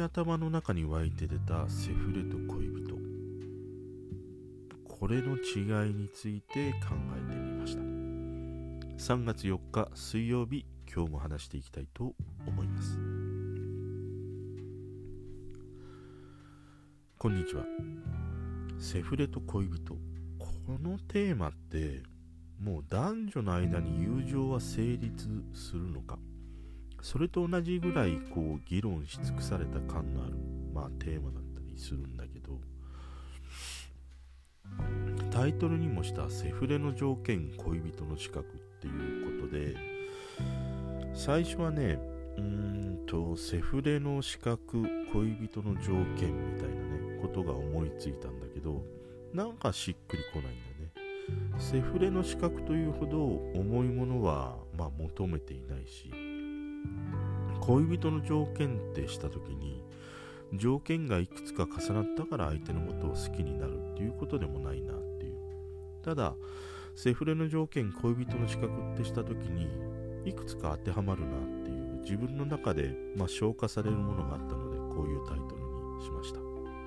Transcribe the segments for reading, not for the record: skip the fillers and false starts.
頭の中に湧いて出たセフレと恋人、これの違いについて考えてみました。3月4日水曜日、今日も話していきたいと思います。こんにちは。セフレと恋人、このテーマってもう男女の間に友情は成立するのか、それと同じぐらい議論し尽くされた感のある、テーマだったりするんだけど、タイトルにもしたセフレの条件恋人の資格っていうことで、最初はねセフレの資格恋人の条件みたいなねことが思いついたんだけど、なんかしっくりこないんだよね。セフレの資格というほど重いものは求めていないし、恋人の条件ってしたときに条件がいくつか重なったから相手のことを好きになるっていうことでもないなっていう。ただセフレの条件恋人の資格ってしたときにいくつか当てはまるなっていう自分の中で消化されるものがあったので、こういうタイトルにしました。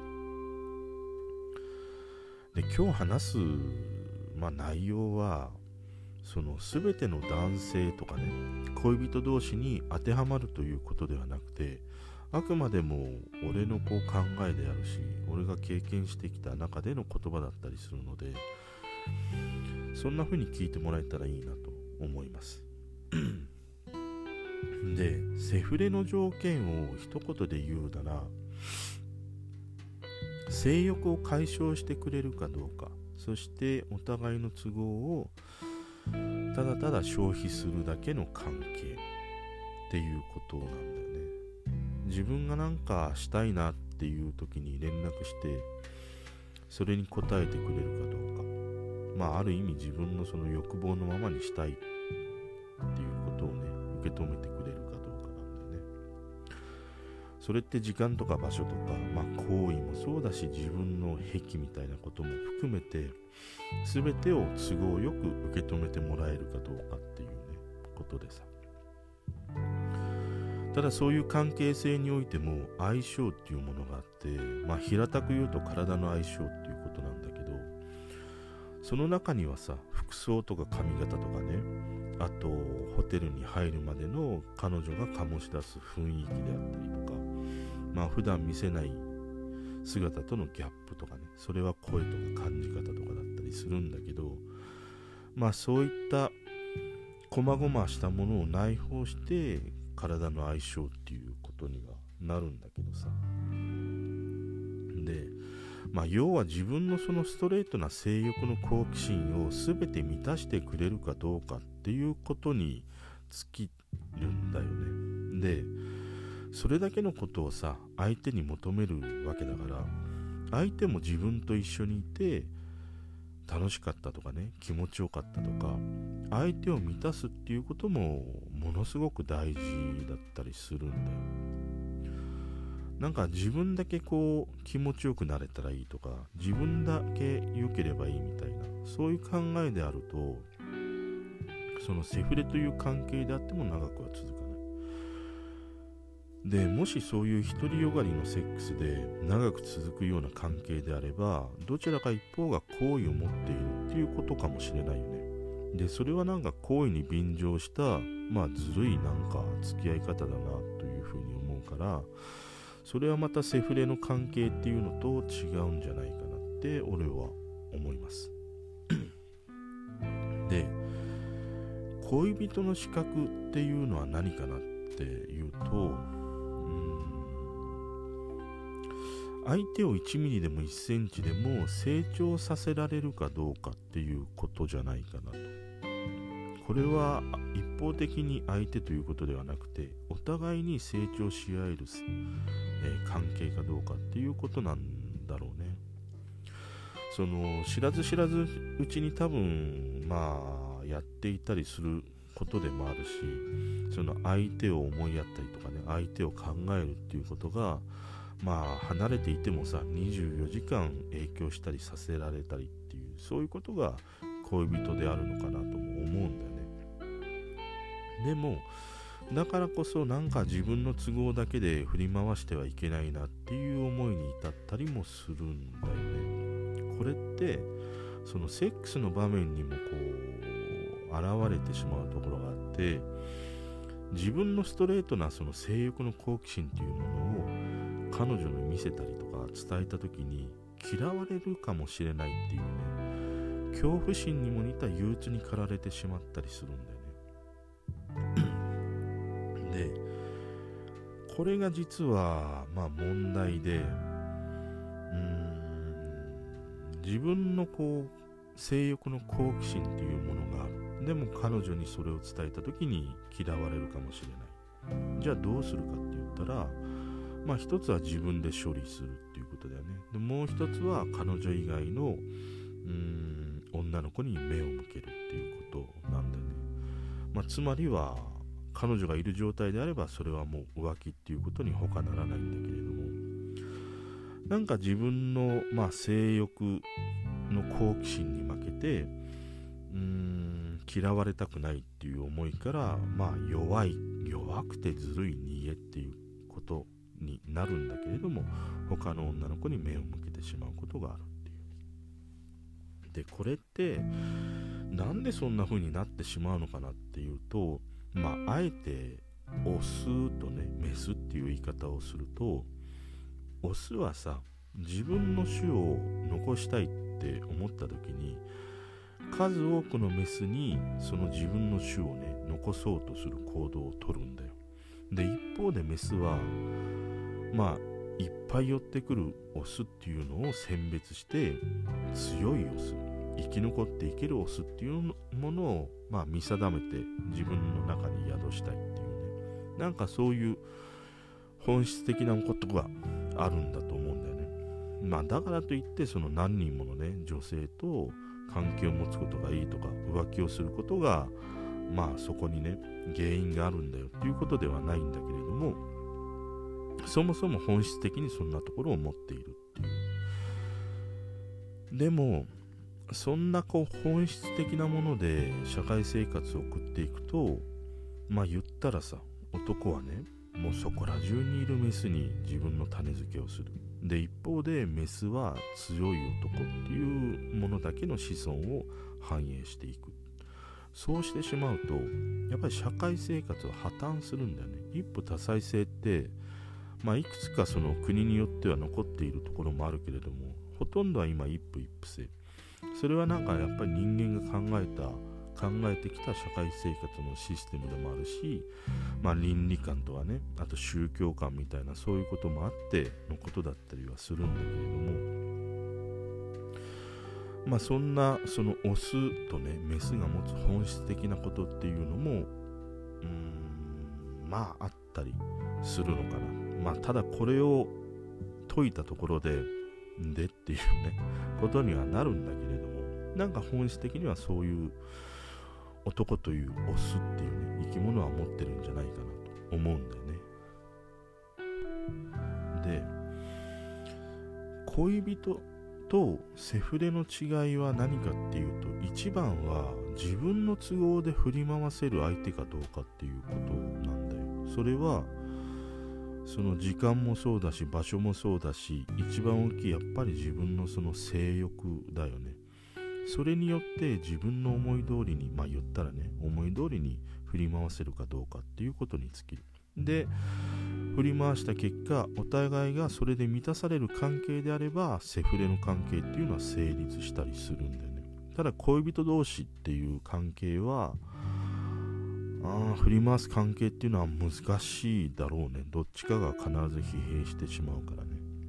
で、今日話す、内容はその全ての男性とかね恋人同士に当てはまるということではなくて、あくまでも俺の考えであるし、俺が経験してきた中での言葉だったりするので、そんな風に聞いてもらえたらいいなと思いますで、セフレの条件を一言で言うなら、性欲を解消してくれるかどうか、そしてお互いの都合をただただ消費するだけの関係っていうことなんだよね。自分がなんかしたいなっていう時に連絡してそれに応えてくれるかどうか、ある意味自分のその欲望のままにしたいっていうことをね受け止めてくれるかどうかなんだよね。それって時間とか場所とか、行為もそうだし、自分の癖みたいなことも含めて全てを都合よく受け止めてもらえるかどうかっていうねことでさ。ただそういう関係性においても相性っていうものがあって、平たく言うと体の相性っていうことなんだけど、その中にはさ、服装とか髪型とかね、あとホテルに入るまでの彼女が醸し出す雰囲気であったりとか、普段見せない姿とのギャップとかね、それは声とか感じ方とかだったりするんだけど、そういった細々したものを内包して体の相性っていうことにはなるんだけどさ。で、要は自分のそのストレートな性欲の好奇心を全て満たしてくれるかどうかっていうことに尽きるんだよね。で、それだけのことをさ相手に求めるわけだから、相手も自分と一緒にいて楽しかったとかね、気持ちよかったとか、相手を満たすっていうこともものすごく大事だったりするんだよ。なんか自分だけ気持ちよくなれたらいいとか、自分だけ良ければいいみたいな、そういう考えであると、そのセフレという関係であっても長くは続かない。で、もしそういう独りよがりのセックスで長く続くような関係であれば、どちらか一方が好意を持っているっていうことかもしれないよね。で、それはなんか好意に便乗した、ずるいなんか付き合い方だなというふうに思うから、それはまたセフレの関係っていうのと違うんじゃないかなって俺は思いますで、恋人の資格っていうのは何かなっていうと、相手を1ミリでも1センチでも成長させられるかどうかっていうことじゃないかなと。これは一方的に相手ということではなくて、お互いに成長し合える、関係かどうかっていうことなんだろうね。その知らず知らずうちに多分やっていたりすることでもあるし、その相手を思いやったりとかね、相手を考えるっていうことが離れていてもさ24時間影響したりさせられたりっていう、そういうことが恋人であるのかなとも思うんだよね。でもだからこそなんか自分の都合だけで振り回してはいけないなっていう思いに至ったりもするんだよね。これってそのセックスの場面にもこう現れてしまうところがあって、自分のストレートなその性欲の好奇心っていうものを彼女に見せたりとか伝えた時に嫌われるかもしれないっていうね、恐怖心にも似た憂鬱に駆られてしまったりするんだよね。で、これが実は問題で、自分のこう性欲の好奇心っていうものがある。でも彼女にそれを伝えた時に嫌われるかもしれない。じゃあどうするかって言ったら、一つは自分で処理するっていうことだよね。でもう一つは彼女以外の女の子に目を向けるっていうことなんだよね。つまりは彼女がいる状態であればそれはもう浮気っていうことに他ならないんだけれども、なんか自分の性欲の好奇心に負けて嫌われたくないっていう思いから弱くてずるい逃げっていうことになるんだけれども、他の女の子に目を向けてしまうことがあるっていう。で、これってなんでそんな風になってしまうのかなっていうと、あえてオスとねメスっていう言い方をすると、オスはさ、自分の種を残したいって思った時に数多くのメスにその自分の種をね残そうとする行動をとるんだよ。で、一方でメスはいっぱい寄ってくるオスっていうのを選別して、強いオス、生き残っていけるオスっていうものを見定めて自分の中に宿したいっていうね、なんかそういう本質的なことがあるんだと思うんだよね。だからといってその何人ものね女性と関係を持つことがいいとか浮気をすることがそこにね原因があるんだよっていうことではないんだけれども、そもそも本質的にそんなところを持っているっていう。でもそんな本質的なもので社会生活を送っていくと、言ったらさ、男はねもうそこら中にいるメスに自分の種付けをする。で、一方でメスは強い男っていうものだけの子孫を繁栄していく。そうしてしまうとやっぱり社会生活は破綻するんだよね。一夫多妻制っていくつかその国によっては残っているところもあるけれども、ほとんどは今一夫一夫制。それはなんかやっぱり人間が考えてきた社会生活のシステムでもあるし、倫理観とはね、あと宗教観みたいなそういうこともあってのことだったりはするんだけれども、そんなそのオスとねメスが持つ本質的なことっていうのもあったりするのかな。ただこれを解いたところでっていうねことにはなるんだけれども、なんか本質的にはそういう男というオスっていうね生き物は持ってるんじゃないかなと思うんだよね。で、恋人とセフレの違いは何かっていうと、一番は自分の都合で振り回せる相手かどうかっていうことなんだよ。それはその時間もそうだし場所もそうだし、一番大きいやっぱり自分のその性欲だよね。それによって自分の思い通りに言ったらね思い通りに振り回せるかどうかっていうことに尽きる。で、振り回した結果お互いがそれで満たされる関係であればセフレの関係っていうのは成立したりするんだよね。ただ恋人同士っていう関係は振り回す関係っていうのは難しいだろうね。どっちかが必ず疲弊してしまうからね。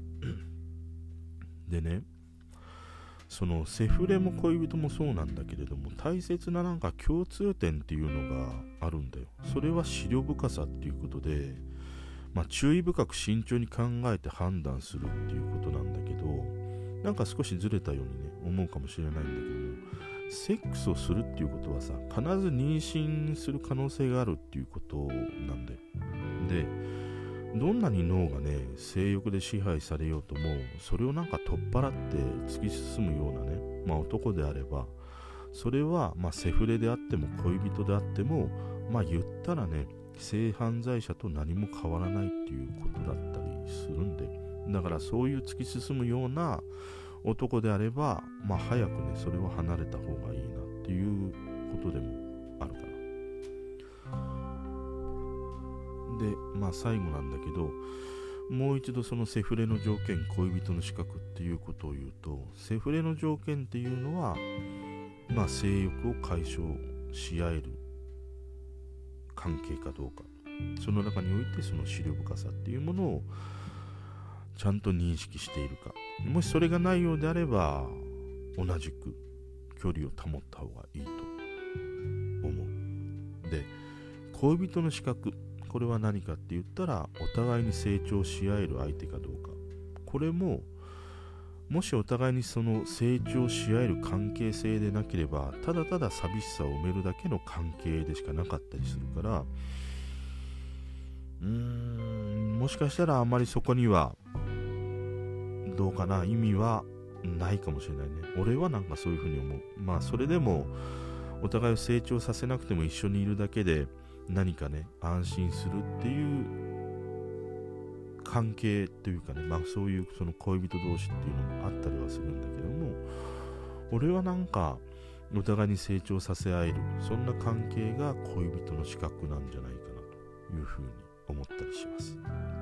でね、そのセフレも恋人もそうなんだけれども、大切ななんか共通点っていうのがあるんだよ。それは思慮深さっていうことで、注意深く慎重に考えて判断するっていうことなんだけど、なんか少しずれたようにね思うかもしれないんだけども、セックスをするっていうことはさ、必ず妊娠する可能性があるっていうことなんだよ。で、どんなに脳がね性欲で支配されようとも、それをなんか取っ払って突き進むようなね、男であればそれはセフレであっても恋人であっても言ったらね性犯罪者と何も変わらないっていうことだったりするんで、だからそういう突き進むような男であれば、早くねそれは離れた方がいいなっていうことでもあるかな。で最後なんだけど、もう一度そのセフレの条件、恋人の資格っていうことを言うと、セフレの条件っていうのは性欲を解消し合える関係かどうか、その中においてその思慮深さっていうものをちゃんと認識しているか、もしそれがないようであれば同じく距離を保った方がいいと思う。で、恋人の資格、これは何かって言ったら、お互いに成長し合える相手かどうか。これももしお互いにその成長し合える関係性でなければ、ただただ寂しさを埋めるだけの関係でしかなかったりするから、もしかしたらあまりそこにはどうかな、意味はないかもしれないね。俺はなんかそういうふうに思う。それでもお互いを成長させなくても一緒にいるだけで何かね安心するっていう関係というかね、そういうその恋人同士っていうのもあったりはするんだけども、俺はなんかお互いに成長させ合える、そんな関係が恋人の資格なんじゃないかなというふうに思ったりします。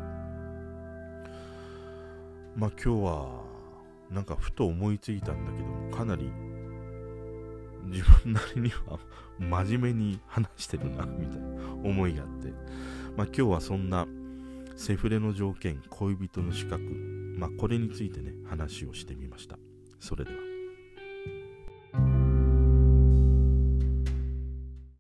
今日はなんかふと思いついたんだけども、かなり自分なりには真面目に話してるなみたいな思いがあって、今日はそんなセフレの条件、恋人の資格、これについてね話をしてみました。それでは。